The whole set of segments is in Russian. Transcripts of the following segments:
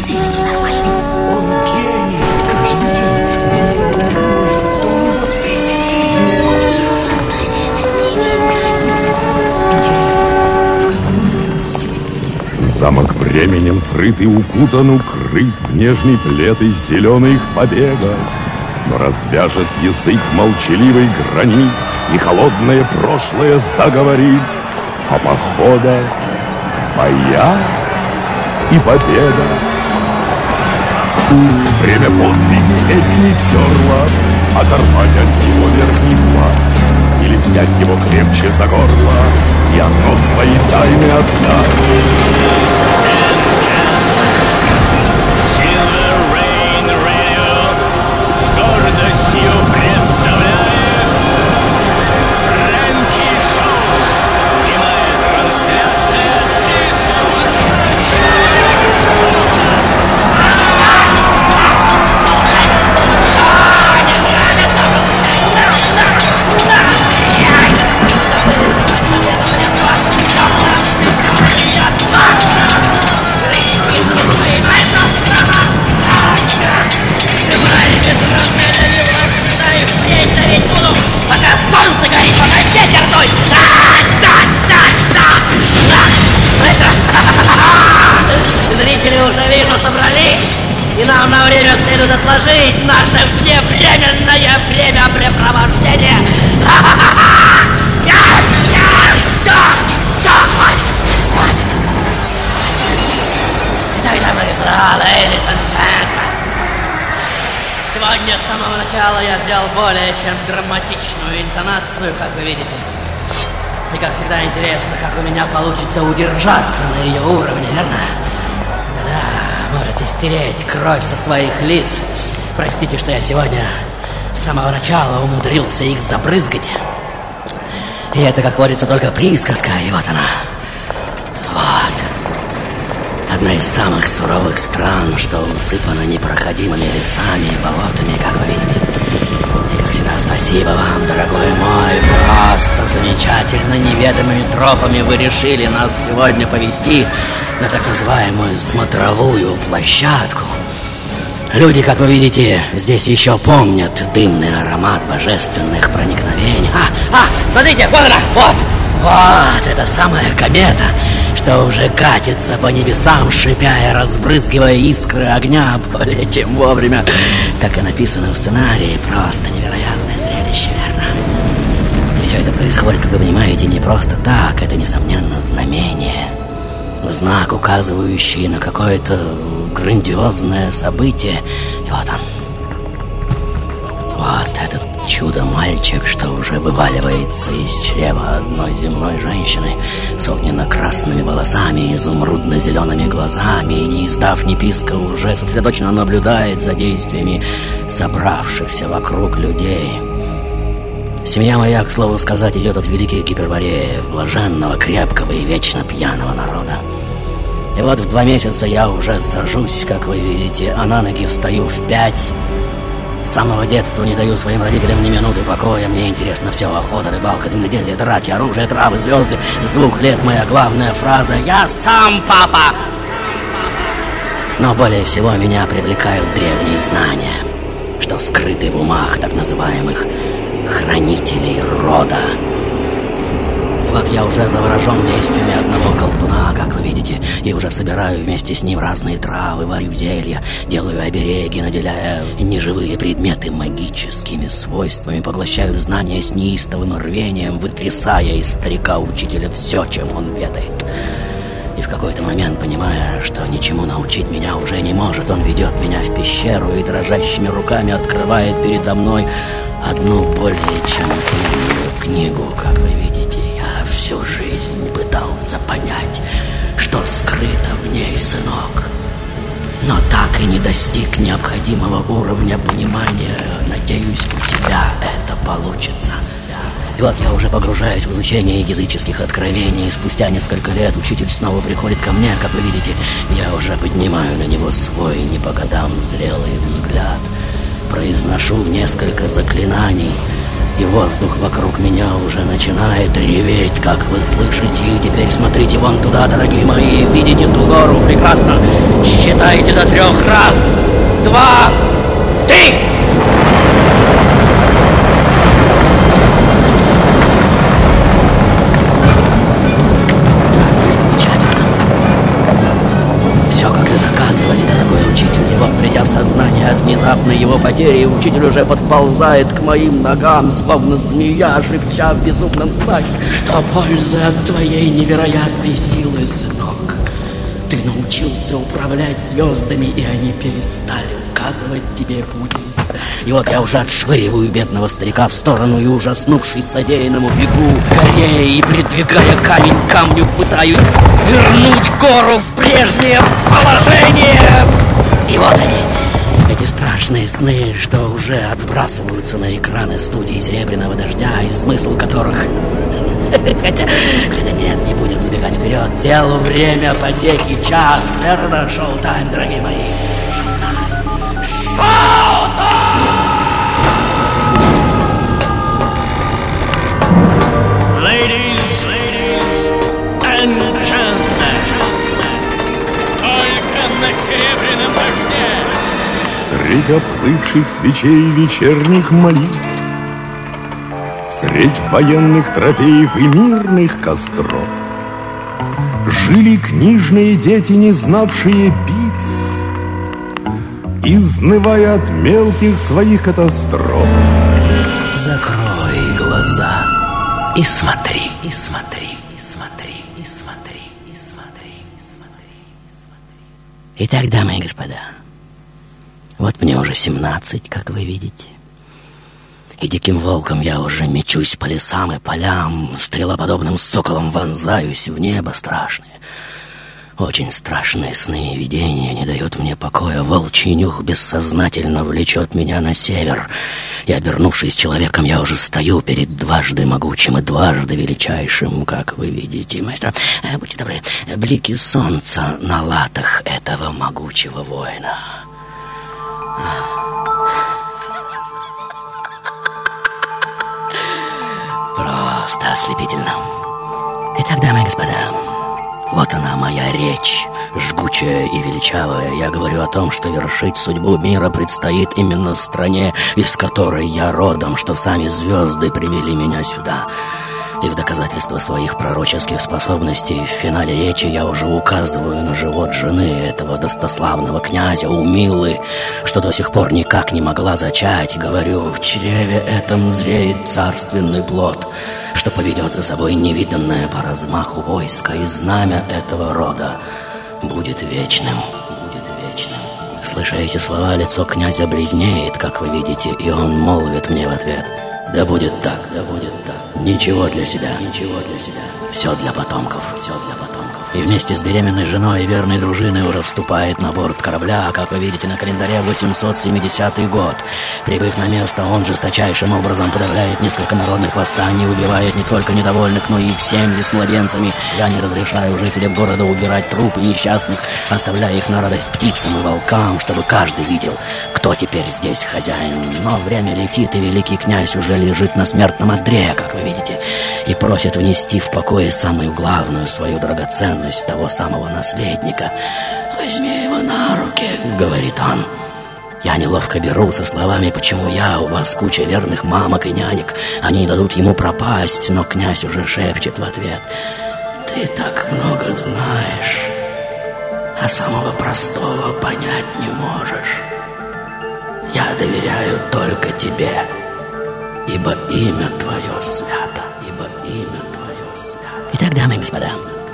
действительно ненормальный. Он гений. Каждый день в у него 1000 лиц. Его фантазия не имеет границ. Интересно, в каком он сегодня? Замок временем срыт и укутан, укрыт в нежный плед из зеленых побегов. Но развяжет язык молчаливый гранит, и холодное прошлое заговорит о походах, боях и победа. Время подвиги эти не стерло, оторвать от него верхний плат или взять его крепче за горло и оно свои тайны отдать. Гордостью представляет Фрэнки Шоу. Прямая трансляция из пока солнце горит, пока ветер дует. Быстро! Зрители уже, вижу, собрались. И нам на время следует отложить наше вневременное времяпрепровождение. Все, хватит. Итак, дамы и господа, ladies and gentlemen. Сегодня с самого начала я взял более чем драматичную интонацию, как вы видите. И как всегда интересно, как у меня получится удержаться на ее уровне, верно? Да, можете стереть кровь со своих лиц. Простите, что я сегодня с самого начала умудрился их забрызгать. И это, как говорится, только присказка, и вот она. Вот. Одна из самых суровых стран, что усыпана непроходимыми лесами и болотами, как вы видите. И, как всегда, спасибо вам, дорогой мой. Просто замечательно неведомыми тропами вы решили нас сегодня повести на так называемую смотровую площадку. Люди, как вы видите, здесь еще помнят дымный аромат божественных проникновений. Смотрите, вот она, вот эта самая комета, что уже катится по небесам, шипя и разбрызгивая искры огня более чем вовремя. Как и написано в сценарии, просто невероятное зрелище, верно? И все это происходит, как вы понимаете, не просто так. Это, несомненно, знамение. Знак, указывающий на какое-то грандиозное событие. И вот он. Вот этот чудо-мальчик, что уже вываливается из чрева одной земной женщины с огненно-красными волосами и изумрудно-зелеными глазами, и, не издав ни писка, уже сосредоточенно наблюдает за действиями собравшихся вокруг людей. Семья моя, к слову сказать, идет от великих гипербореев, блаженного, крепкого и вечно пьяного народа. И вот в 2 месяца я уже сажусь, как вы видите, а на ноги встаю в 5. С самого детства не даю своим родителям ни минуты покоя. Мне интересно все: охота, рыбалка, земледелие, драки, оружие, травы, звезды. С 2 лет моя главная фраза: «Я сам папа!» Но более всего меня привлекают древние знания, что скрыты в умах так называемых хранителей рода. И вот я уже заворожен действиями одного колдуна, как вы видите, и уже собираю вместе с ним разные травы, варю зелья, делаю обереги, наделяя неживые предметы магическими свойствами, поглощаю знания с неистовым рвением, вытрясая из старика-учителя все, чем он ведает. И в какой-то момент, понимая, что ничему научить меня уже не может, он ведет меня в пещеру и дрожащими руками открывает передо мной одну более чем пыльную книгу, как вы видите. Я всю жизнь пытался понять, что скрыто в ней, сынок, но так и не достиг необходимого уровня понимания. Надеюсь, у тебя это получится. И вот я уже погружаюсь в изучение языческих откровений, и спустя несколько лет учитель снова приходит ко мне, как вы видите. Я уже поднимаю на него свой не по годам зрелый взгляд, произношу несколько заклинаний, И воздух вокруг меня уже начинает реветь, как вы слышите. И теперь смотрите вон туда, дорогие мои. Видите ту гору? Прекрасно. Считайте до 3. Раз, 2, 3. Дорогой учитель, и вот, придя в сознание от внезапной его потери, учитель уже подползает к моим ногам, словно змея, шепча в безумном страхе: что польза от твоей невероятной силы, сынок? Ты научился управлять звездами, и они перестали указывать тебе путь. И вот я уже отшвыриваю бедного старика в сторону и, ужаснувшись содеянному, бегу скорее и, придвигая камень к камню, пытаюсь вернуть гору в прежнее положение. И вот они, эти страшные сны, что уже отбрасываются на экраны студии «Серебряного дождя», и смысл которых... Хотя нет, не будем забегать вперед. Делу время, потехи, час. Верно, шоу-тайм, дорогие мои. Шоу-тайм! Шоу-тайм! Ladies and gentlemen, только на «Серебряном дожде». Средь оплывших свечей вечерних молитв, средь военных трофеев и мирных костров жили книжные дети, не знавшие битв, изнывая от мелких своих катастроф. Закрой глаза и смотри, и смотри, и смотри, и смотри, и смотри, и смотри, и смотри. Итак, дамы и господа, вот мне уже 17, как вы видите. И диким волком я уже мечусь по лесам и полям, стрелоподобным соколом вонзаюсь в небо. Страшные, очень страшные сны и видения не дают мне покоя. Волчий нюх бессознательно влечет меня на север. И, обернувшись человеком, я уже стою перед дважды могучим и дважды величайшим, как вы видите, мастер. Будьте добры, блики солнца на латах этого могучего воина. Просто ослепительно. Итак, дамы и господа, вот она, моя речь, жгучая и величавая. Я говорю о том, что вершить судьбу мира предстоит именно стране, из которой я родом, что сами звезды привели меня сюда. И в доказательство своих пророческих способностей в финале речи я уже указываю на живот жены этого достославного князя Умилы, что до сих пор никак не могла зачать. Говорю, в чреве этом зреет царственный плод, что поведет за собой невиданное по размаху войско, и знамя этого рода будет вечным. Будет вечным. Слыша эти слова, лицо князя бледнеет, как вы видите, и он молвит мне в ответ: да будет так, да будет так. Ничего для себя, ничего для себя. Все для потомков, все для потомков. И вместе с беременной женой и верной дружиной уже вступает на борт корабля, как вы видите на календаре, 870 год. Прибыв на место, он жесточайшим образом подавляет несколько народных восстаний, убивает не только недовольных, но и их семьи с младенцами. Я не разрешаю жителям города убирать трупы несчастных, оставляя их на радость птицам и волкам, чтобы каждый видел, кто теперь здесь хозяин. Но время летит, и великий князь уже лежит на смертном одре, как вы видите, и просит внести в покое самую главную свою драгоценность, того самого наследника. «Возьми его на руки», — говорит он. Я неловко беру со словами: «Почему я? У вас куча верных мамок и нянек, они не дадут ему пропасть». Но князь уже шепчет в ответ: «Ты так много знаешь, а самого простого понять не можешь. Я доверяю только тебе, ибо имя твое свято, ибо имя твое свято». Итак, дамы и господа,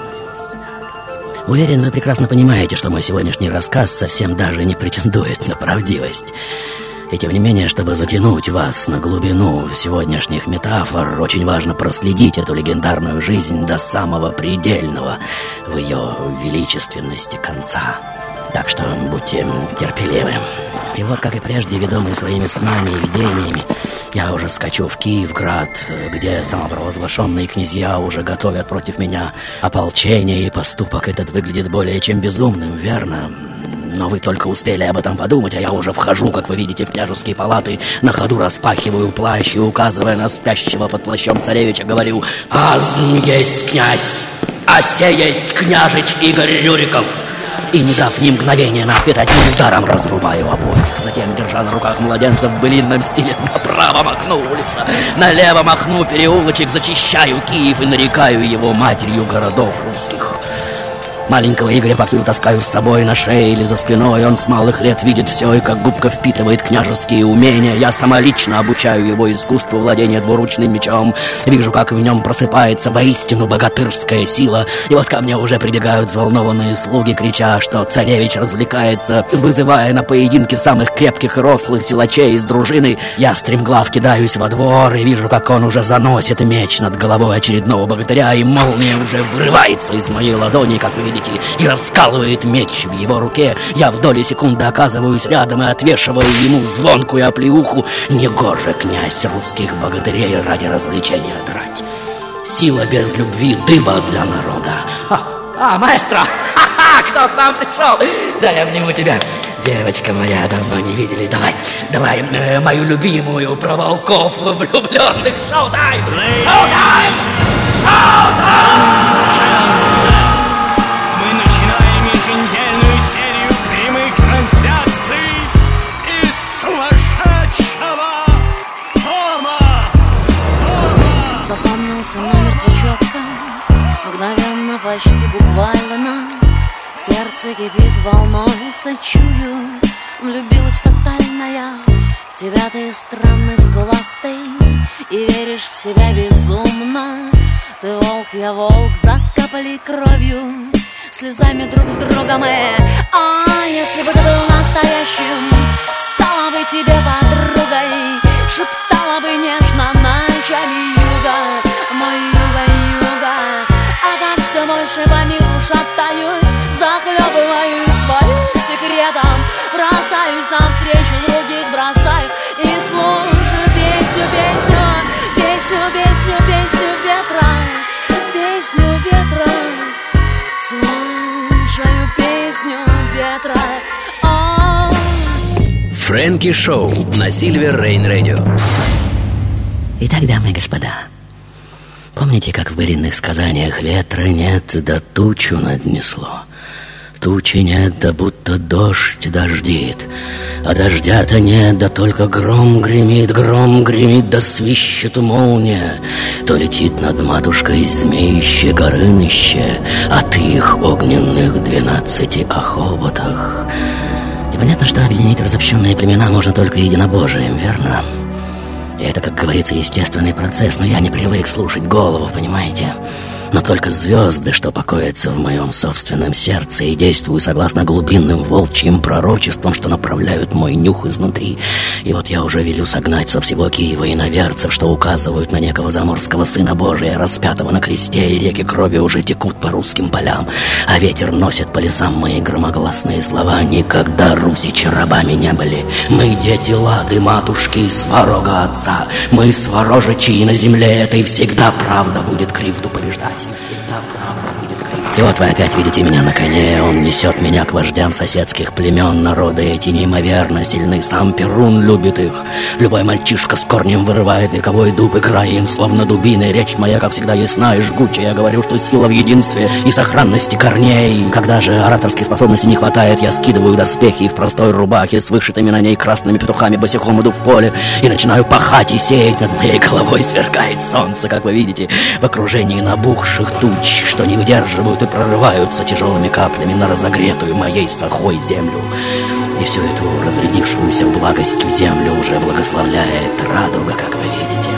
уверен, вы прекрасно понимаете, что мой сегодняшний рассказ совсем даже не претендует на правдивость. И тем не менее, чтобы затянуть вас на глубину сегодняшних метафор, очень важно проследить эту легендарную жизнь до самого предельного в ее величественности конца. Так что будьте терпеливы. И вот, как и прежде, ведомый своими снами и видениями, я уже скачу в Киевград, где самопровозглашенные князья уже готовят против меня ополчение, и поступок этот выглядит более чем безумным, верно? Но вы только успели об этом подумать, а я уже вхожу, как вы видите, в княжеские палаты. На ходу распахиваю плащ и, указывая на спящего под плащом царевича, говорю: «Азм есть князь, а се есть княжич Игорь Рюриков». И, не дав ни мгновения на ответ, одним ударом разрубаю обоих. Затем, держа на руках младенца в былинном стиле, направо махну улица, налево махну переулочек, зачищаю Киев и нарекаю его матерью городов русских. Маленького Игоря повсюду таскаю с собой на шее или за спиной. Он с малых лет видит все и как губка впитывает княжеские умения. Я сама лично обучаю его искусству владения двуручным мечом. Вижу, как в нем просыпается воистину богатырская сила. И вот ко мне уже прибегают взволнованные слуги, крича, что царевич развлекается, вызывая на поединки самых крепких и рослых силачей из дружины. Я стремглав кидаюсь во двор и вижу, как он уже заносит меч над головой очередного богатыря, и молния уже вырывается из моей ладони, как вы видите, и раскалывает меч в его руке. Я в доли секунды оказываюсь рядом и отвешиваю ему звонкую оплеуху. Негоже князь русских богатырей ради развлечения драть. Сила без любви — дыба для народа. Маэстро! Кто к нам пришел? Да я обниму тебя. Девочка моя, давно не виделись. Давай мою любимую про волков влюбленных. Шоу-тайм! Шоу-тайм! Шоу-тайм! Серию прямых трансляций из сумасшедшего дома. Запомнился намертво четко, мгновенно, почти буквально. Сердце кипит, волнуется, чую. Влюбилась фатально я в тебя, ты странный, скуластый, и веришь в себя безумно. Ты волк, я волк, закапали кровью, слезами друг в друга мы. Если бы ты был настоящим, стала бы тебе подругой, шептала бы нежно ночами юга, мой юга. А как все больше по миру шатаюсь, захлебываюсь своим секретом, бросаюсь навстречу других, бросаю и слушаю песню ветра, песню ветра. Слушаю песню ветра. Фрэнки Шоу на Сильвер Рейн Радио. Итак, дамы и господа, помните, как в былинных сказаниях: ветра нет, да тучу наднесло, тучи нет, да будто дождь дождит, а дождя-то нет, да только гром гремит, да свищет молния, то летит над матушкой змеище горыныще от их огненных 12 охоботах. И понятно, что объединить разобщенные племена можно только единобожием, верно? И это, как говорится, естественный процесс, но я не привык слушать голову, понимаете? Но только звезды, что покоятся в моем собственном сердце, и действую согласно глубинным волчьим пророчествам, что направляют мой нюх изнутри. И вот я уже велю согнать со всего Киева иноверцев, что указывают на некого заморского сына Божия, распятого на кресте, и реки крови уже текут по русским полям, а ветер носит по лесам мои громогласные слова: никогда русичи рабами не были. Мы дети Лады, матушки и Сварога отца. Мы Сварожичи, и на земле этой всегда правда будет кривду побеждать. И вот вы опять видите меня на коне. Он несет меня к вождям соседских племен. Народы эти неимоверно сильны, сам Перун любит их. Любой мальчишка с корнем вырывает вековой дуб, играя им словно дубиной. Речь моя, как всегда, ясна и жгучая. Я говорю, что сила в единстве и сохранности корней. Когда же ораторских способностей не хватает, я скидываю доспехи и в простой рубахе с вышитыми на ней красными петухами босиком иду в поле и начинаю пахать и сеять. Над моей головой сверкает солнце, как вы видите, в окружении набухших туч, что не выдерживают и прорываются тяжелыми каплями на разогретую моей сахой землю. И всю эту разрядившуюся благостью землю уже благословляет радуга, как вы видите.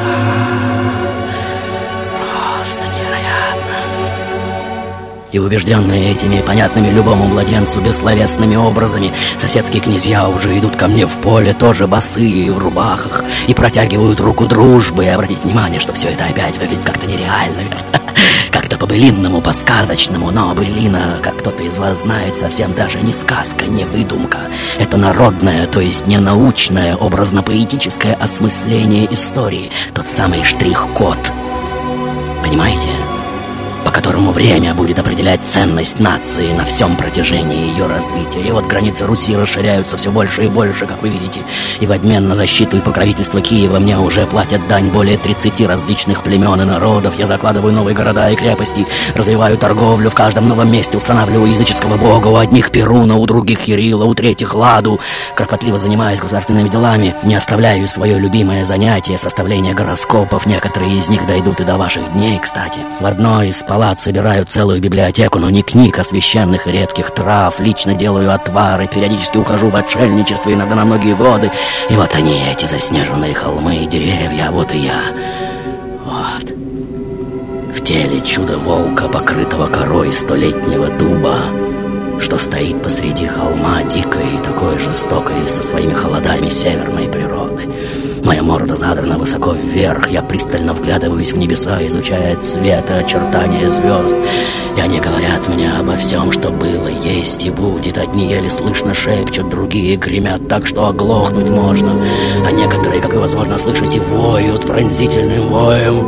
Просто невероятно. И убежденные этими понятными любому младенцу бессловесными образами, соседские князья уже идут ко мне в поле, тоже босые, в рубахах, и протягивают руку дружбы. И обратите внимание, что все это опять выглядит как-то нереально, верно? Как-то по-былинному, по-сказочному. Но былина, как кто-то из вас знает, совсем даже не сказка, не выдумка. Это народное, то есть не научное, образно-поэтическое осмысление истории. Тот самый штрих-код. Понимаете? По которому которому время будет определять ценность нации на всем протяжении ее развития. И вот границы Руси расширяются все больше и больше, как вы видите. И в обмен на защиту и покровительство Киева мне уже платят дань более 30 различных племен и народов. Я закладываю новые города и крепости, развиваю торговлю, в каждом новом месте устанавливаю языческого бога. У одних Перуна, у других Хирила, у третьих Ладу. Кропотливо занимаюсь государственными делами, не оставляю свое любимое занятие — составление гороскопов. Некоторые из них дойдут и до ваших дней, кстати. В одной из палат собираю целую библиотеку, но не книг, а священных и редких трав. Лично делаю отвары, периодически ухожу в отшельничество, иногда на многие годы. И вот они, эти заснеженные холмы и деревья, а вот и я. Вот. В теле чудо-волка, покрытого корой столетнего дуба, что стоит посреди холма, дикой и такой жестокой, со своими холодами северной природы. Моя морда задрана высоко вверх, я пристально вглядываюсь в небеса, изучая цвет и очертания звезд. И они говорят мне обо всем, что было, есть и будет. Одни еле слышно шепчут, другие гремят так, что оглохнуть можно. А некоторые, как вы, возможно, слышите, воют пронзительным воем.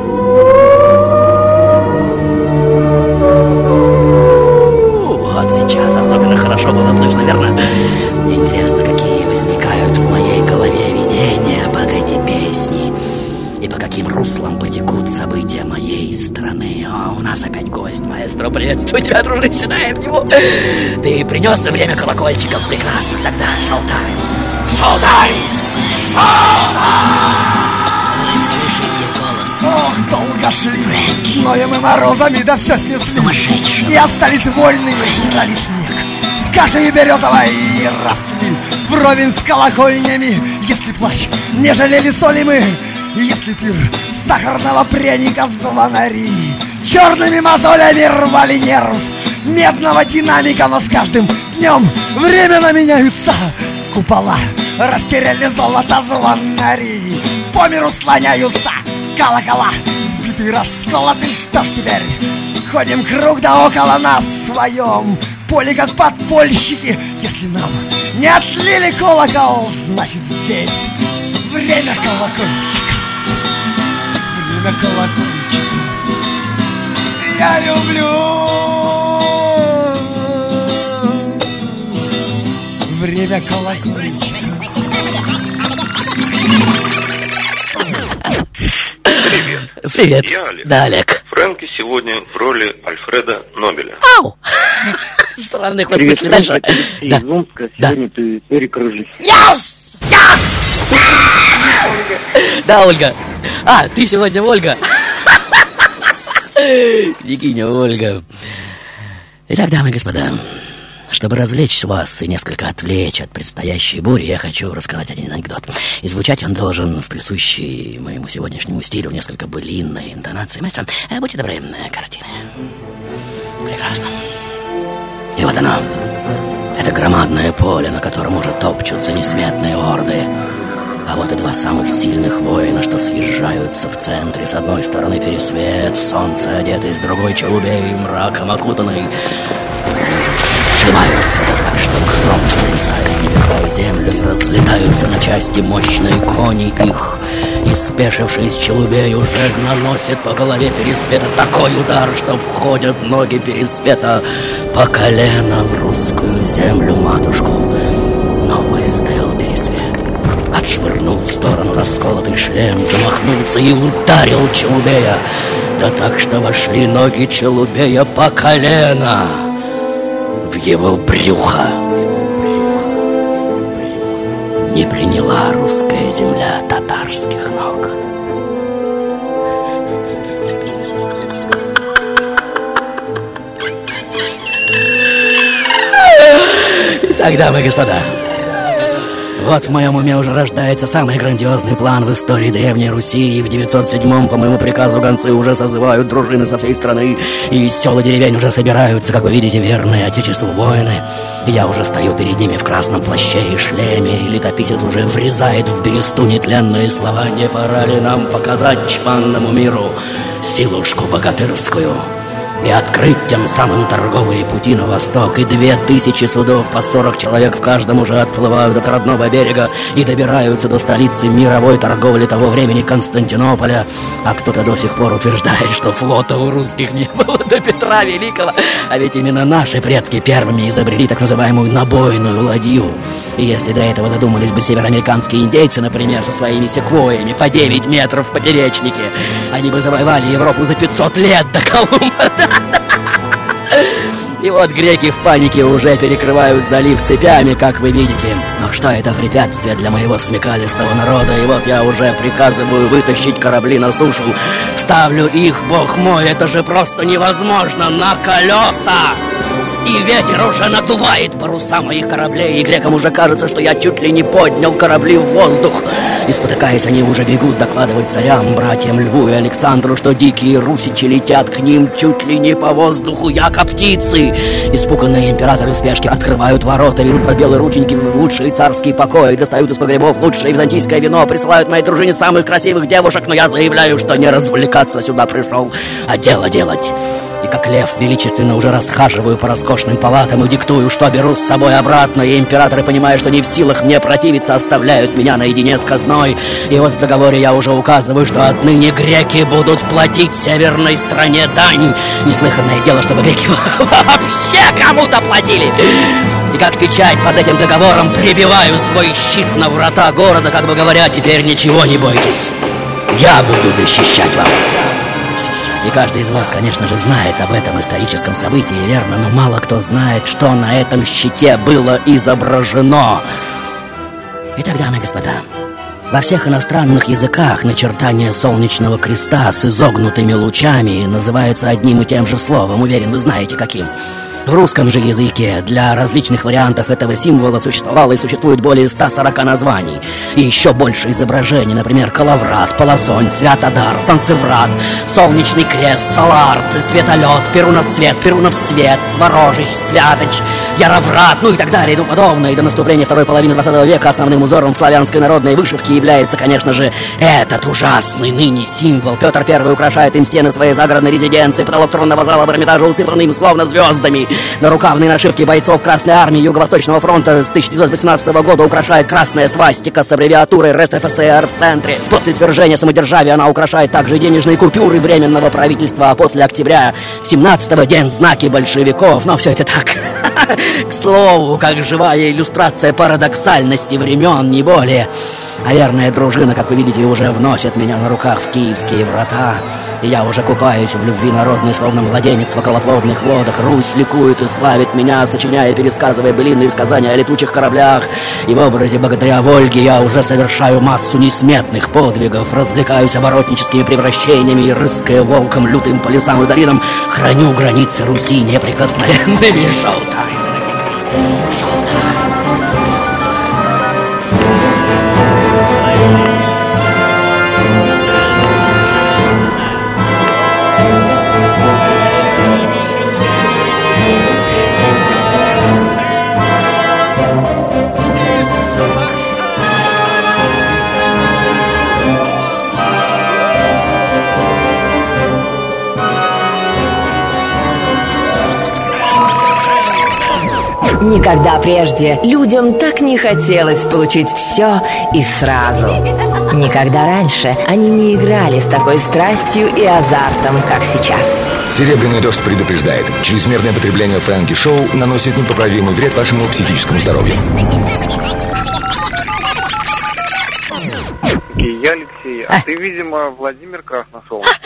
Вот сейчас особенно хорошо было слышно, верно? Интересно, какие возникают в моей голове видения под эти песни. И по каким руслам потекут события моей страны. О, у нас опять гость, маэстро. Приветствую тебя, дружище, дай к нему. Ты принес время колокольчиков. Прекрасно. Тогда шоу-тайм. Шоу-тайм! Шоу-тайм! Вы слышите голос? Ох, долго шли. Фрэнки. Зноем и морозами, да все снесли. Сумасшедший. И остались вольными, жрали снег. С кашей березовой и росли вровень с колокольнями. Если плач, не жалели соли мы. И если пир сахарного пряника звонари черными мозолями рвали нерв медного динамика. Но с каждым днем временно меняются купола, растеряли золото звонари. По миру слоняются колокола, сбитые, расколоты. Что ж теперь? Ходим круг да около нас в своем поле, как подпольщики. Если нам не отлили колокол, значит здесь время колокольчика. Время колокольчика. Я люблю время колокольчика. Привет. Я Олег. Да, Олег. Фрэнки сегодня в роли Альфреда Нобеля. Ау! Странный ход мысли. Дальше. Да. Сегодня ты Эрик Рыжий. Да, Ольга. А, ты сегодня Ольга. Дикиня Ольга. Итак, дамы и господа, чтобы развлечь вас и несколько отвлечь от предстоящей бури, я хочу рассказать один анекдот. И звучать он должен в присущей моему сегодняшнему стилю несколько былинной интонации. Мастер, будьте добры, картины. Прекрасно. И вот оно. Это громадное поле, на котором уже топчутся несметные орды. А вот и два самых сильных воина, что съезжаются в центре. С одной стороны Пересвет, в солнце одетый, с другой Челубей, мраком окутанный. Они уже сшиваются так, что гром сотрясает небеса и землю, и разлетаются на части мощные кони их. И спешившись Челубей уже наносит по голове Пересвета такой удар, что входят ноги Пересвета по колено в русскую землю матушку. Но выстоял Пересвет. Отшвырнул в сторону расколотый шлем, замахнулся и ударил Челубея. Да так, что вошли ноги Челубея по колено в его брюхо. Не приняла русская земля татарских ног. Итак, дамы и господа, вот в моем уме уже рождается самый грандиозный план в истории Древней Руси. И в 907-м, по моему приказу, гонцы уже созывают дружины со всей страны. И из сел и деревень уже собираются, как вы видите, верные отечеству воины. И я уже стою перед ними в красном плаще и шлеме. И летописец уже врезает в бересту нетленные слова. Не пора ли нам показать чванному миру силушку богатырскую? и открыть тем самым торговые пути на восток. И 2000 судов по 40 человек в каждом уже отплывают от родного берега и добираются до столицы мировой торговли того времени Константинополя. А кто-то до сих пор утверждает, что флота у русских не было до Петра Великого. А ведь именно наши предки первыми изобрели так называемую набойную ладью. И если до этого додумались бы североамериканские индейцы, например, со своими секвойями по 9 метров в поперечнике, они бы завоевали Европу за 500 лет до Колумба. И вот греки в панике уже перекрывают залив цепями, как вы видите. Но что это препятствие для моего смекалистого народа? И вот я уже приказываю вытащить корабли на сушу. Ставлю их, бог мой, это же просто невозможно, на колеса! И ветер уже надувает паруса моих кораблей, и грекам уже кажется, что я чуть ли не поднял корабли в воздух. И спотыкаясь, они уже бегут докладывать царям, братьям Льву и Александру, что дикие русичи летят к ним чуть ли не по воздуху, яко птицы. Испуганные императоры в спешке открывают ворота, берут под белые рученьки в лучшие царские покои, достают из погребов лучшее византийское вино, присылают моей дружине самых красивых девушек, но я заявляю, что не развлекаться сюда пришел, а дело делать. И как лев величественно уже расхаживаю по роскошным палатам и диктую, что беру с собой обратно. И императоры, понимая, что не в силах мне противиться, оставляют меня наедине с казной. И вот в договоре я уже указываю, что отныне греки будут платить северной стране дань. Неслыханное дело, чтобы греки вообще кому-то платили. И как печать под этим договором прибиваю свой щит на врата города, как бы говоря, теперь ничего не бойтесь. Я буду защищать вас. И каждый из вас, конечно же, знает об этом историческом событии, верно, но мало кто знает, что на этом щите было изображено. Итак, дамы и господа, во всех иностранных языках начертание солнечного креста с изогнутыми лучами называется одним и тем же словом, уверен, вы знаете каким. В русском же языке для различных вариантов этого символа существовало и существует более 140 названий. И еще больше изображений, например, Калаврат, Полосонь, Святодар, Солнцеврат, Солнечный крест, Саларт, Светолет, Перунов цвет, Перунов свет, Сворожич, Святоч, Яроврат, ну и так далее и тому подобное. И до наступления второй половины 20 века основным узором славянской народной вышивки является, конечно же, этот ужасный ныне символ. Петр I украшает им стены своей загородной резиденции, потолок тронного зала в Эрмитаже усыпанный им словно звездами. Нарукавные нашивки бойцов Красной Армии Юго-Восточного фронта с 1918 года украшает красная свастика с аббревиатурой РСФСР в центре. После свержения самодержавия она украшает также денежные купюры Временного правительства, а после октября 17-го день знаки большевиков. Но все это так, к слову, как живая иллюстрация парадоксальности времен, не более. А верная дружина, как вы видите, уже вносит меня на руках в киевские врата. И я уже купаюсь в любви народной, словно младенец в околоплодных водах. Русь ликует и славит меня, сочиняя и пересказывая былинные сказания о летучих кораблях. И в образе богатыря Вольги я уже совершаю массу несметных подвигов, развлекаюсь оборотническими превращениями и, рыская волком лютым по лесам и долинам, храню границы Руси неприкосновенными. Шоу-тайм, дорогие! Шоу-тайм! Никогда прежде людям так не хотелось получить все и сразу. Никогда раньше они не играли с такой страстью и азартом, как сейчас. Серебряный дождь предупреждает: чрезмерное потребление фрэнки-шоу наносит непоправимый вред вашему психическому здоровью. Я Алексей, а ты, видимо, Владимир Красносолнечный.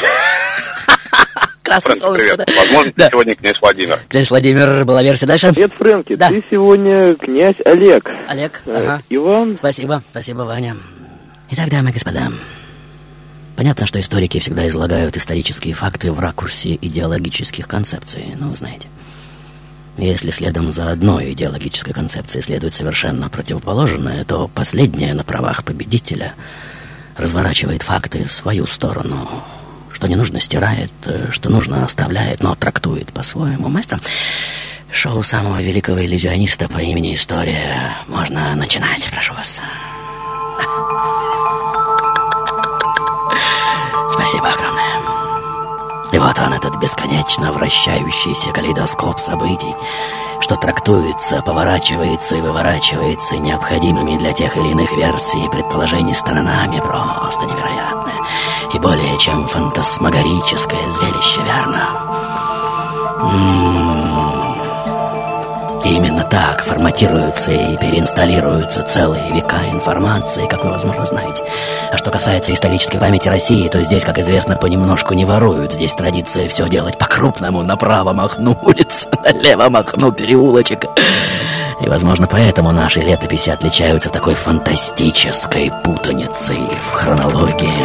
Привет. Да. Возможно, ты сегодня князь Владимир. Князь Владимир, была версия дальше. Привет, Фрэнки, да. Ты сегодня князь Олег. Олег, ага. Иван. Спасибо, Ваня. Итак, дамы и господа, понятно, что историки всегда излагают исторические факты в ракурсе идеологических концепций, ну, вы знаете. Если следом за одной идеологической концепцией следует совершенно противоположное, то последняя на правах победителя разворачивает факты в свою сторону. Что не нужно, стирает, что нужно, оставляет, но трактует по-своему. Маэстро, шоу самого великого иллюзиониста по имени История. Можно начинать, прошу вас. Спасибо огромное. И вот он, этот бесконечно вращающийся калейдоскоп событий, что трактуется, поворачивается и выворачивается необходимыми для тех или иных версий и предположений сторонами, просто невероятное и более чем фантасмагорическое зрелище, верно? И именно так форматируются и переинсталируются целые века информации, как вы, возможно, знаете. А что касается исторической памяти России, то здесь, как известно, понемножку не воруют. Здесь традиция все делать по-крупному. Направо махну улицу, налево махну переулочек. И, возможно, поэтому наши летописи отличаются такой фантастической путаницей в хронологии.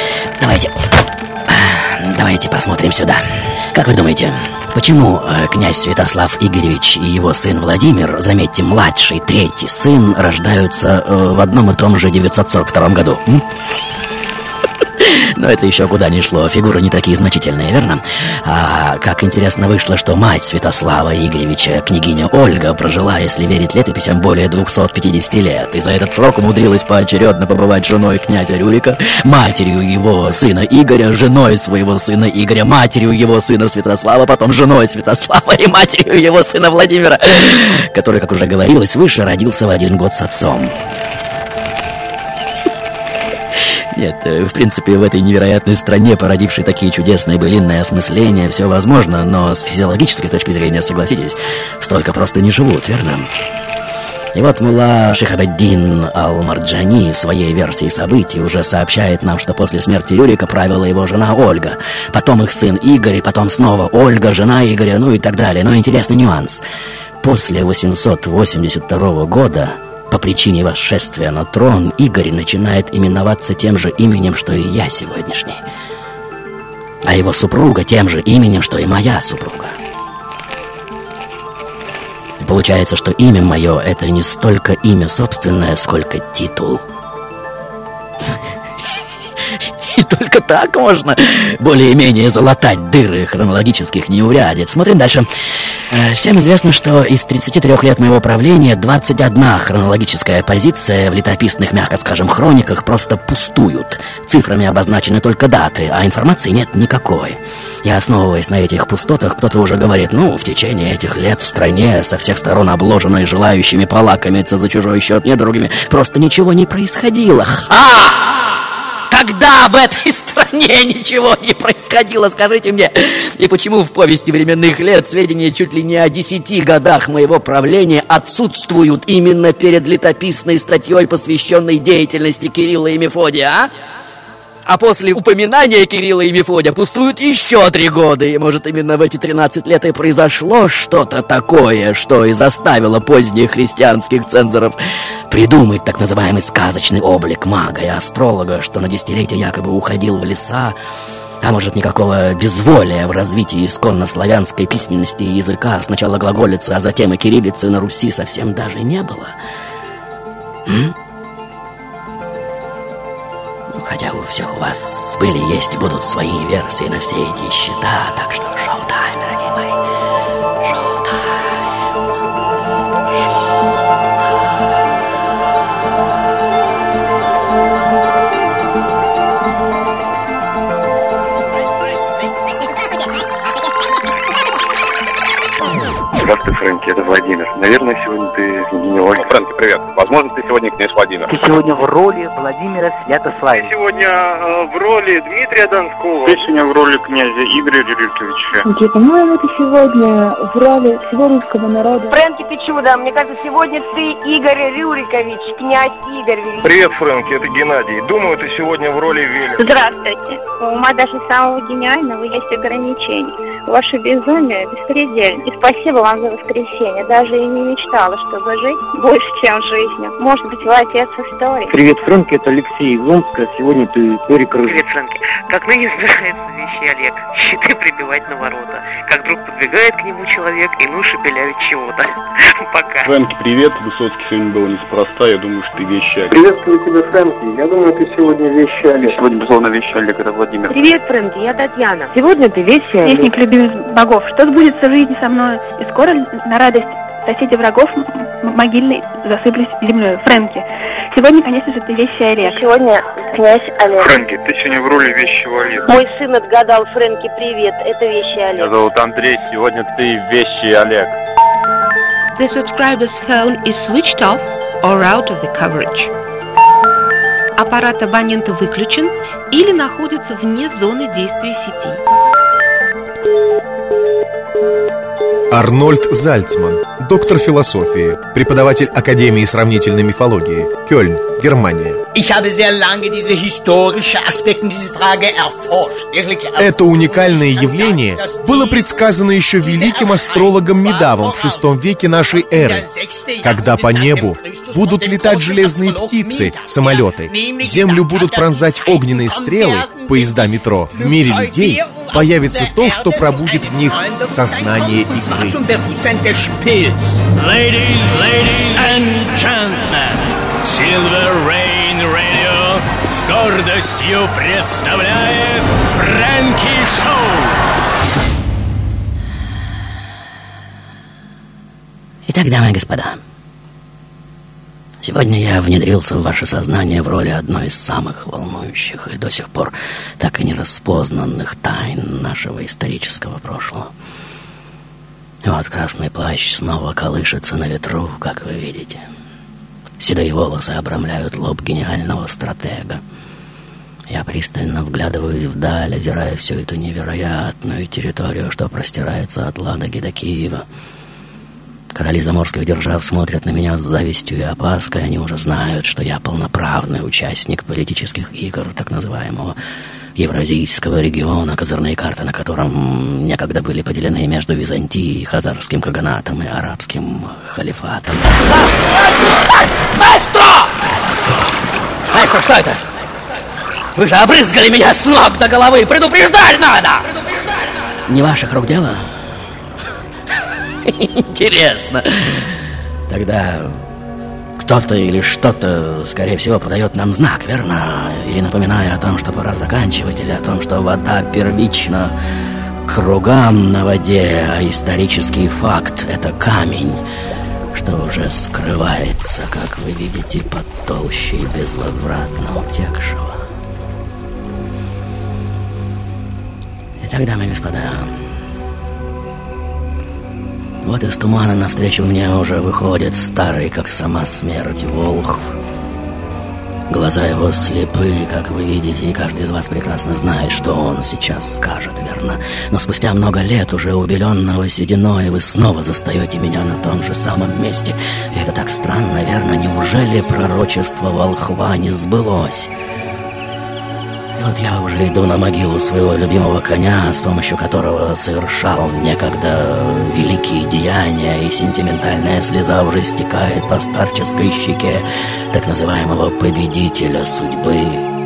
Давайте посмотрим сюда. Как вы думаете, почему князь Святослав Игоревич и его сын Владимир, заметьте, младший, третий сын, рождаются в одном и том же 942 году? Но это еще куда ни шло, фигуры не такие значительные, верно? А как интересно вышло, что мать Святослава Игоревича, княгиня Ольга, прожила, если верить летописям, более 250 лет. И за этот срок умудрилась поочередно побывать женой князя Рюрика, матерью его сына Игоря, женой своего сына Игоря, матерью его сына Святослава, потом женой Святослава и матерью его сына Владимира, который, как уже говорилось выше, родился в один год с отцом. Нет, в принципе, в этой невероятной стране, породившей такие чудесные былинные осмысления, все возможно, но с физиологической точки зрения, согласитесь, столько просто не живут, верно? И вот мулла Шихаб-ад-Дин Ал-Марджани в своей версии событий уже сообщает нам, что после смерти Рюрика правила его жена Ольга, потом их сын Игорь, потом снова Ольга, жена Игоря, ну и так далее. Но интересный нюанс. После 882 года... по причине восшествия на трон Игорь начинает именоваться тем же именем, что и я сегодняшний. А его супруга тем же именем, что и моя супруга. И получается, что имя мое — это не столько имя собственное, сколько титул. И только так можно более-менее залатать дыры хронологических неурядиц. Смотрим дальше. Всем известно, что из 33 лет моего правления 21 хронологическая позиция в летописных, мягко скажем, хрониках просто пустуют. Цифрами обозначены только даты, а информации нет никакой. И основываясь на этих пустотах, кто-то уже говорит, ну, в течение этих лет в стране, со всех сторон обложенной желающими полакомиться за чужой счет недругами, просто ничего не происходило. Когда в этой стране ничего не происходило, скажите мне? И почему в повести временных лет сведения чуть ли не о 10 годах моего правления отсутствуют именно перед летописной статьей, посвященной деятельности Кирилла и Мефодия, а? А после упоминания Кирилла и Мефодия пустуют еще 3 года. И может именно в эти 13 лет и произошло что-то такое, что и заставило поздних христианских цензоров придумать так называемый сказочный облик мага и астролога, что на десятилетия якобы уходил в леса. А может, никакого безволия в развитии исконно-славянской письменности и языка, сначала глаголицы, а затем и кириллицы на Руси совсем даже не было? Хотя у всех у вас были, есть и будут свои версии на все эти счета. Так что шоу-тайм, дорогие мои. Здравствуй, Фрэнки, это Владимир. Наверное, сегодня ты княгиня Ольга. Фрэнки, привет. Возможно, ты сегодня князь Владимир. Ты сегодня в роли Владимира Святослава. Ты сегодня в роли Дмитрия Донского. Ты сегодня в роли князя Игоря Рюриковича. Никита, по-моему, ты сегодня в роли всего русского народа. Фрэнки, ты чудо. Мне кажется, сегодня ты Игорь Рюрикович, князь Игорь Великий. Привет, Фрэнки, это Геннадий. Думаю, ты сегодня в роли Веля. Здравствуйте. У ума даже самого гениального есть ограничения. Ваше безумие беспредельно. И спасибо вам за воскресенье. Даже и не мечтала, чтобы жить больше, чем жизнью. Может быть, вы отец истории. Привет, Фрэнки, это Алексей из Омска. Сегодня ты Эрик Рыжий. Привет, Фрэнки. Как ныне сбирается вещи Олег. Щиты прибивать на ворота. Как вдруг подбегает к нему человек и ну шепелявит чего-то. Пока. Фрэнки, привет. Высоцкий сегодня был неспроста. Я думаю, что ты вещали. Приветствую тебя, Фрэнки. Я думаю, ты сегодня вещали. Сегодня, безусловно, вещали, это Владимир. Привет, Фрэнки, я Татьяна. Сегодня ты вещали. Вестник любимых богов. Что сбудется в жизни со мной, и скоро на радость соседи врагов могильной засыпались землей. Фрэнки. Сегодня, конечно же, ты вещий Олег. Сегодня князь Олег. Фрэнки, ты сегодня в роли вещего Олега. Мой сын отгадал. Фрэнки, привет. Это вещий Олег. Меня зовут Андрей, сегодня ты вещий Олег. The subscriber's phone is switched off or out of the coverage. Аппарат абонента выключен или находится вне зоны действия сети. Арнольд Зальцман, доктор философии, преподаватель Академии сравнительной мифологии, Кёльн, Германия. Это уникальное явление было предсказано еще великим астрологом Медавом в VI веке нашей эры, когда по небу будут летать железные птицы, самолеты, землю будут пронзать огненные стрелы, поезда метро. В мире людей появится то, что пробудит в них сознание игры. Ladies and gentlemen, Silver Rain Radio с гордостью представляет Фрэнки Шоу. Итак, дамы и господа, сегодня я внедрился в ваше сознание в роли одной из самых волнующих и до сих пор так и не распознанных тайн нашего исторического прошлого. Вот красный плащ снова колышется на ветру, как вы видите. Седые волосы обрамляют лоб гениального стратега. Я пристально вглядываюсь вдаль, озирая всю эту невероятную территорию, что простирается от Ладоги до Киева. Короли заморских держав смотрят на меня с завистью и опаской. Они уже знают, что я полноправный участник политических игр так называемого Евразийского региона, козырные карты на котором некогда были поделены между Византией, Хазарским каганатом и Арабским халифатом. Маэстро! Маэстро, что это? Вы же обрызгали меня с ног до головы! Предупреждать надо! Не ваших рук дело? Интересно. Тогда кто-то или что-то, скорее всего, подает нам знак, верно? Или напоминая о том, что пора заканчивать, или о том, что вода первична кругам на воде, а исторический факт — это камень, что уже скрывается, как вы видите, под толщей безвозвратно утекшего. Итак, дамы и господа, вот из тумана навстречу мне уже выходит старый, как сама смерть, Волхв. Глаза его слепы, как вы видите, и каждый из вас прекрасно знает, что он сейчас скажет, верно? Но спустя много лет, уже убеленного сединой, вы снова застаете меня на том же самом месте. И это так странно, верно? Неужели пророчество Волхва не сбылось? И вот я уже иду на могилу своего любимого коня, с помощью которого совершал некогда великие деяния, и сентиментальная слеза уже стекает по старческой щеке так называемого победителя судьбы.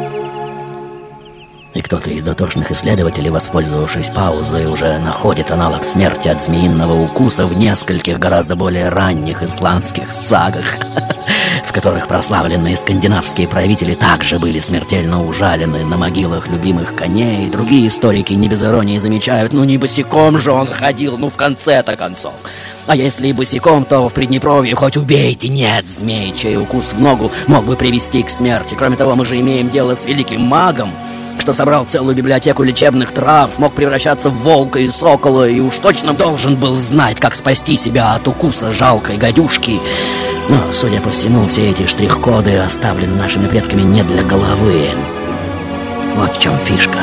И кто-то из дотошных исследователей, воспользовавшись паузой, уже находит аналог смерти от змеиного укуса в нескольких гораздо более ранних исландских сагах, в которых прославленные скандинавские правители также были смертельно ужалены на могилах любимых коней. Другие историки не без иронии замечают: ну не босиком же он ходил, ну в конце-то концов. А если и босиком, то в Приднепровье хоть убейте, нет змей, чей укус в ногу мог бы привести к смерти. Кроме того, мы же имеем дело с великим магом, что собрал целую библиотеку лечебных трав, мог превращаться в волка и сокола, и уж точно должен был знать, как спасти себя от укуса жалкой гадюшки. Но, судя по всему, все эти штрих-коды оставлены нашими предками не для головы. Вот в чем фишка.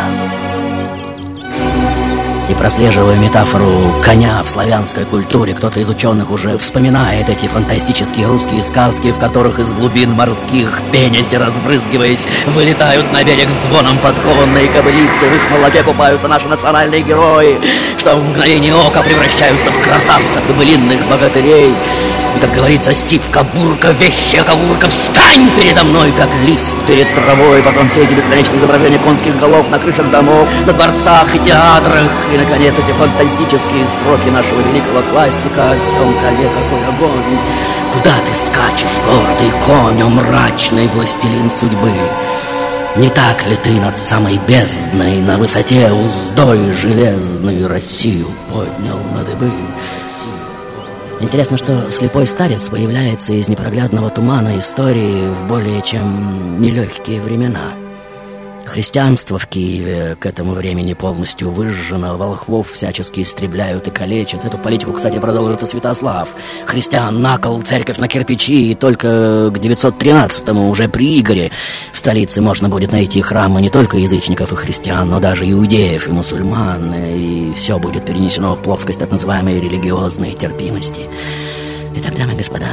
И прослеживая метафору коня в славянской культуре, кто-то из ученых уже вспоминает эти фантастические русские сказки, в которых из глубин морских, пенясь и разбрызгиваясь, вылетают на берег звоном подкованные кобылицы. В их молоке купаются наши национальные герои, что в мгновение ока превращаются в красавцев и былинных богатырей. И, как говорится, сивка-бурка, вещая кавурка, встань передо мной, как лист перед травой. Потом все эти бесконечные изображения конских голов на крышах домов, на дворцах и театрах. И, наконец, эти фантастические строки нашего великого классика: «О всем коне какой огонь! Куда ты скачешь, гордый конь, о мрачный властелин судьбы? Не так ли ты над самой бездной, на высоте уздой железной Россию поднял на дыбы?» Интересно, что слепой старец появляется из непроглядного тумана истории в более чем нелегкие времена. Христианство в Киеве к этому времени полностью выжжено, волхвов всячески истребляют и калечат. Эту политику, кстати, продолжит и Святослав. Христиан на кол, церковь на кирпичи, и только к 913-му, уже при Игоре, в столице можно будет найти храмы не только язычников и христиан, но даже иудеев и мусульман, и все будет перенесено в плоскость так называемой религиозной терпимости. Итак, дамы и господа,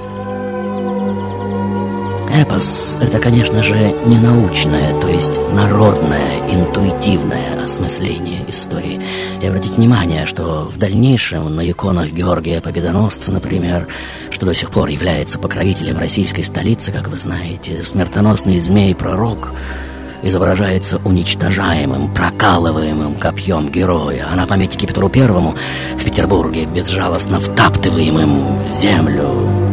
эпос — это, конечно же, не научное, то есть народное, интуитивное осмысление истории. И обратите внимание, что в дальнейшем на иконах Георгия Победоносца, например, что до сих пор является покровителем российской столицы, как вы знаете, смертоносный змей-пророк изображается уничтожаемым, прокалываемым копьем героя, а на памятнике Петру Первому в Петербурге безжалостно втаптываемым в землю.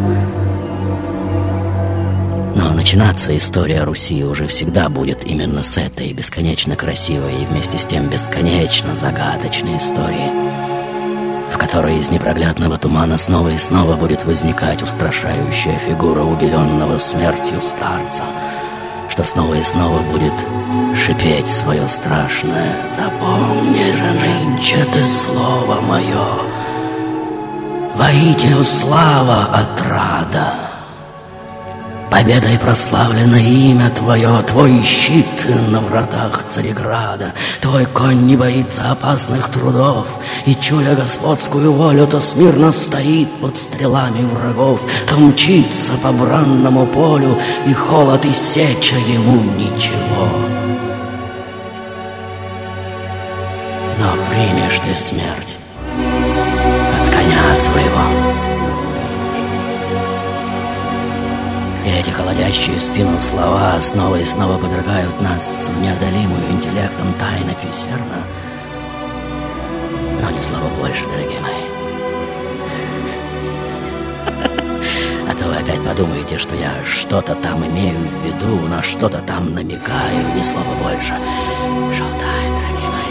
Но начинаться история Руси уже всегда будет именно с этой бесконечно красивой и вместе с тем бесконечно загадочной истории, в которой из непроглядного тумана снова и снова будет возникать устрашающая фигура убеленного смертью старца, что снова и снова будет шипеть свое страшное: «Запомни же нынче ты слово мое, воителю слава отрада. Победой прославлено имя твое, твой щит на вратах Цареграда. Твой конь не боится опасных трудов, и, чуя господскую волю, то смирно стоит под стрелами врагов, то мчится по бранному полю, и холод и сеча ему ничего. Но примешь ты смерть от коня своего». И эти холодящие спину слова снова и снова подвергают нас в неодолимую интеллектом тайнопись, верно? Но ни слова больше, дорогие мои. А то вы опять подумаете, что я что-то там имею в виду, на что-то там намекаю, ни слова больше. Шоу-тайм, дорогие мои.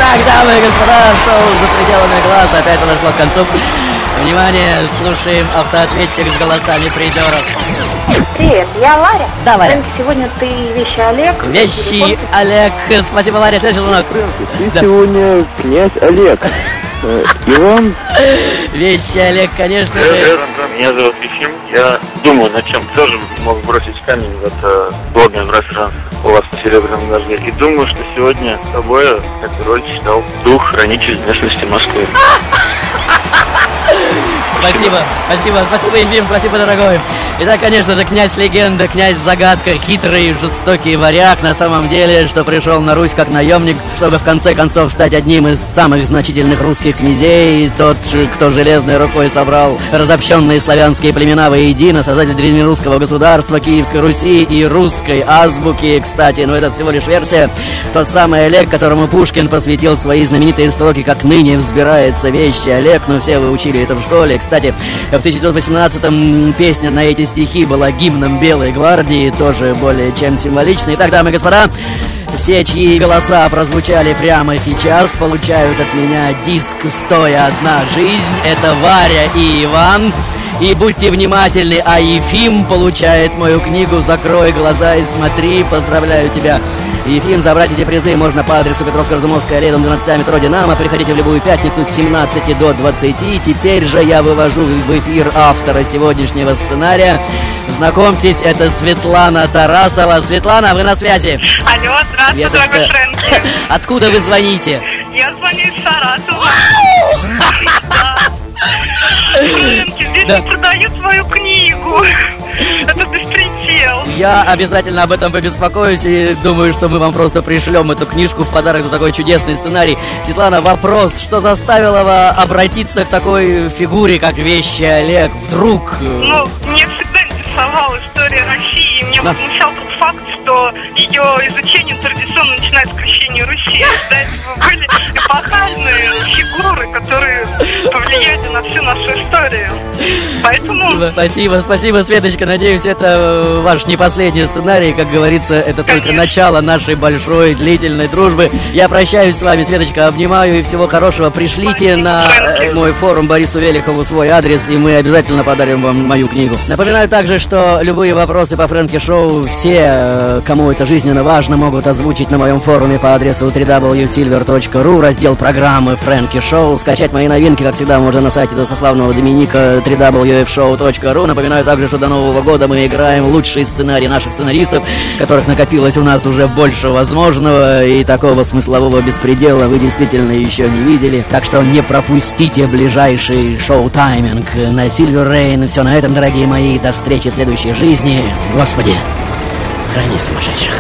Итак, дамы и господа, шоу «За пределами глаз» опять подошло к концу. Внимание, слушаем автоответчик с голосами призеров. Привет, я Варя. Да, Варя. Фрэнки, сегодня ты вещи Олег. Вещи Олег. Спасибо, Варя. Следующий звонок. Ты сегодня князь Олег. Иван. Вещи Олег, конечно же. Меня зовут Ефим. Я думаю, над чем тоже мог бросить камень в это блогное пространство у вас на Серебряном дожде. И думаю, что сегодня с тобой эту роль читал дух хранитель местности Москвы. Спасибо, Ефим, спасибо, дорогой. Итак, конечно же, князь-легенда, князь-загадка, хитрый, жестокий варяг, на самом деле, что пришел на Русь как наемник, чтобы в конце концов стать одним из самых значительных русских князей, тот, кто железной рукой собрал разобщенные славянские племена воедино, создатель древнерусского государства, Киевской Руси и русской азбуки, кстати, но это всего лишь версия. Тот самый Олег, которому Пушкин посвятил свои знаменитые строки «Как ныне взбирается вещи Олег», но все вы учили это в школе. Кстати, в 1918-м песня на эти стихи была гимном Белой гвардии, тоже более чем символично. Итак, дамы и господа, все, чьи голоса прозвучали прямо сейчас, получают от меня диск «101 жизнь». Это Варя и Иван. И будьте внимательны, а Ефим получает мою книгу «Закрой глаза и смотри». Поздравляю тебя, Ефим. Забрать эти призы можно по адресу Петровско-Разумовская, рядом 12 метро «Динамо». Приходите в любую пятницу с 17 до 20. Теперь же я вывожу в эфир автора сегодняшнего сценария. Знакомьтесь, это Светлана Тарасова. Светлана, вы на связи? Алло, здравствуй, дорогой Фрэнки. Откуда вы звоните? Я звоню из Саратова. Фрэнки, здесь не продают свою книгу. Это беспредел. Я обязательно об этом побеспокоюсь и думаю, что мы вам просто пришлем эту книжку в подарок за такой чудесный сценарий. Светлана, вопрос, что заставило вас обратиться к такой фигуре, как Вещи Олег, вдруг? Ну, мне всегда интересовала история России. Мне возмущал тот факт, что ее изучение традиционно начинается с крещения Руси. До этого были эпохальные фигуры, которые повлияли на всю нашу историю. Поэтому... Спасибо, Светочка. Надеюсь, это ваш не последний сценарий. Как говорится, это только начало нашей большой, длительной дружбы. Я прощаюсь с вами, Светочка, обнимаю и всего хорошего. Пришлите на мой форум Борису Велихову свой адрес, и мы обязательно подарим вам мою книгу. Напоминаю также, что любые вопросы по Фрэнки Шоу все, кому это жизненно важно, могут озвучить на моем форуме по адресу www.silver.ru, раздел программы Фрэнки Шоу. Скачать мои новинки, как всегда, можно на сайте достославного Доминика www.fshow.ru. Напоминаю также, что до Нового года мы играем лучшие сценарии наших сценаристов, которых накопилось у нас уже больше возможного, и такого смыслового беспредела вы действительно еще не видели. Так что не пропустите ближайший шоу-тайминг на Silver Rain. Все на этом, дорогие мои. До встречи в следующей жизни. Господи, храни сумасшедших.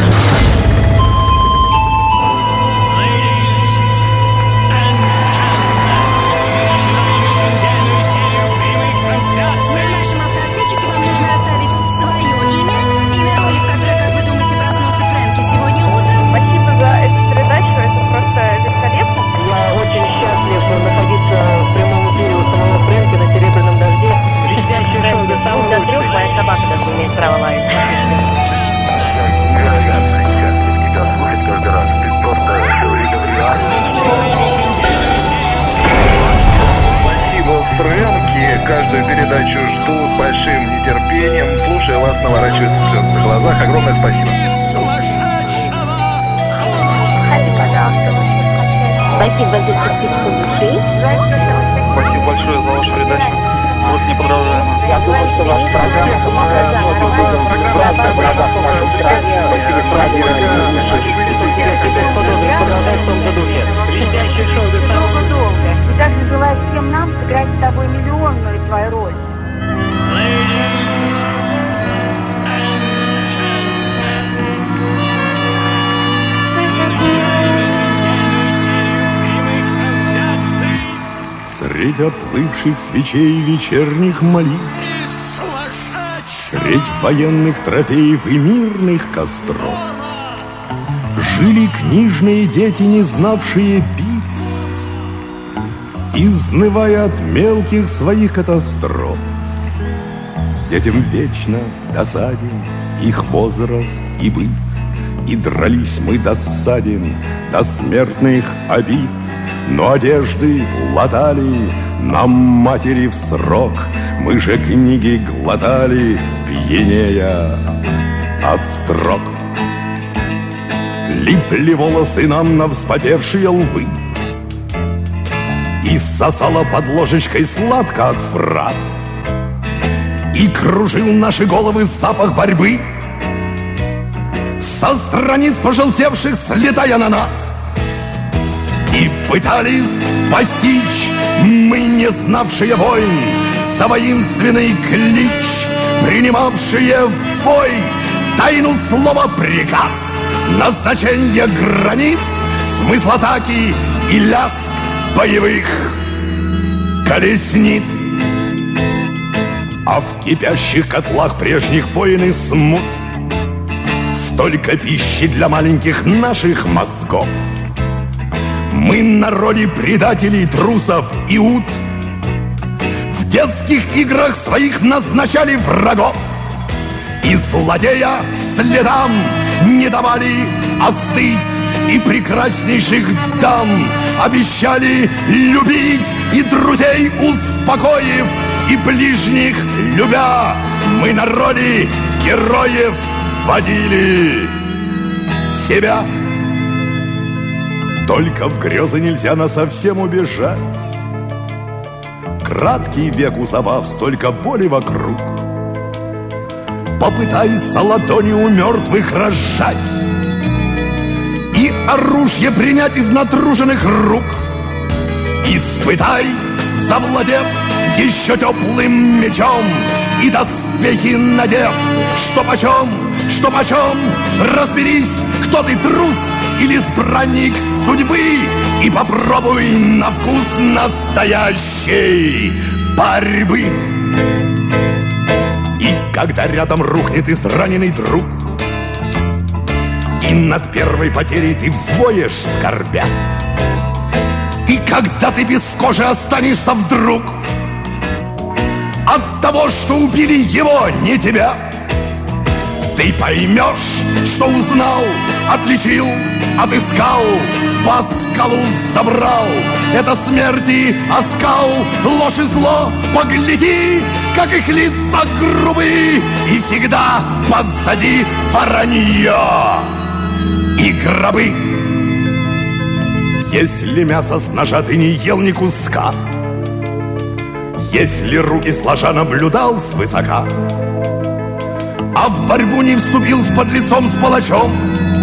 Каждую передачу жду с большим нетерпением. Слушая вас, наворачиваются слезы на глазах. Огромное спасибо. Спасибо за подписку души. Спасибо большое за вашу передачу. Вот неподражаемо. Я думаю, что ваша программа помогает многим людям браться в глазах в нашей стране. Спасибо, продолжать в том же духе. Блестящее шоу до самого долго. И также желаю всем нам сыграть с тобой миллионную твою роль. Средь отплывших свечей вечерних молитв, средь военных трофеев и мирных костров жили книжные дети, не знавшие битв, изнывая от мелких своих катастроф. Детям вечно досаден их возраст и быт, И дрались мы до ссадин, до смертных обид, но одежды латали нам матери в срок. Мы же книги глотали, пьянея от строк. Липли волосы нам на вспотевшие лбы, и сосала под ложечкой сладко от фраз, и кружил наши головы запах борьбы, со страниц пожелтевших слетая на нас. И пытались постичь мы, не знавшие войн, за воинственный клич, принимавшие в бой тайну слова приказ, назначение границ, смысл атаки и лязг боевых колесниц. А в кипящих котлах прежних войн и смут столько пищи для маленьких наших мозгов. Мы на роли предателей, трусов и ут в детских играх своих назначали врагов, и злодея следам не давали остыть, и прекраснейших дам обещали любить, и друзей успокоив, и ближних любя, мы на роли героев водили себя. Только в грезы нельзя насовсем убежать. Краткий век у забав, столько боли вокруг. Попытайся ладони у мертвых разжать и оружие принять из натруженных рук. Испытай, завладев еще теплым мечом, и доспехи надев, что почем, разберись, кто ты, трус или избранник судьбы, и попробуй на вкус настоящей борьбы. И когда рядом рухнет израненный друг, и над первой потерей ты взвоешь скорбя, и когда ты без кожи останешься вдруг от того, что убили его, не тебя, ты поймешь, что узнал, отличил, отыскал, по скалу забрал. Это смерти оскал, ложь и зло, погляди, как их лица грубые, и всегда позади воронье и гробы. Если мясо с ножа ты не ел ни куска, если руки сложа наблюдал свысока, а в борьбу не вступил с подлецом, с палачом,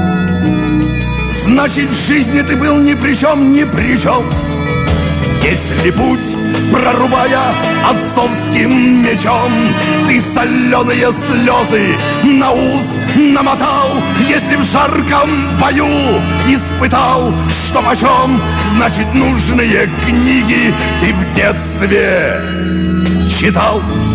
значит, в жизни ты был ни при чем, ни при чем. Если путь, прорубая отцовским мечом, ты соленые слезы на ус намотал, если в жарком бою испытал, что почем, значит, нужные книги ты в детстве читал.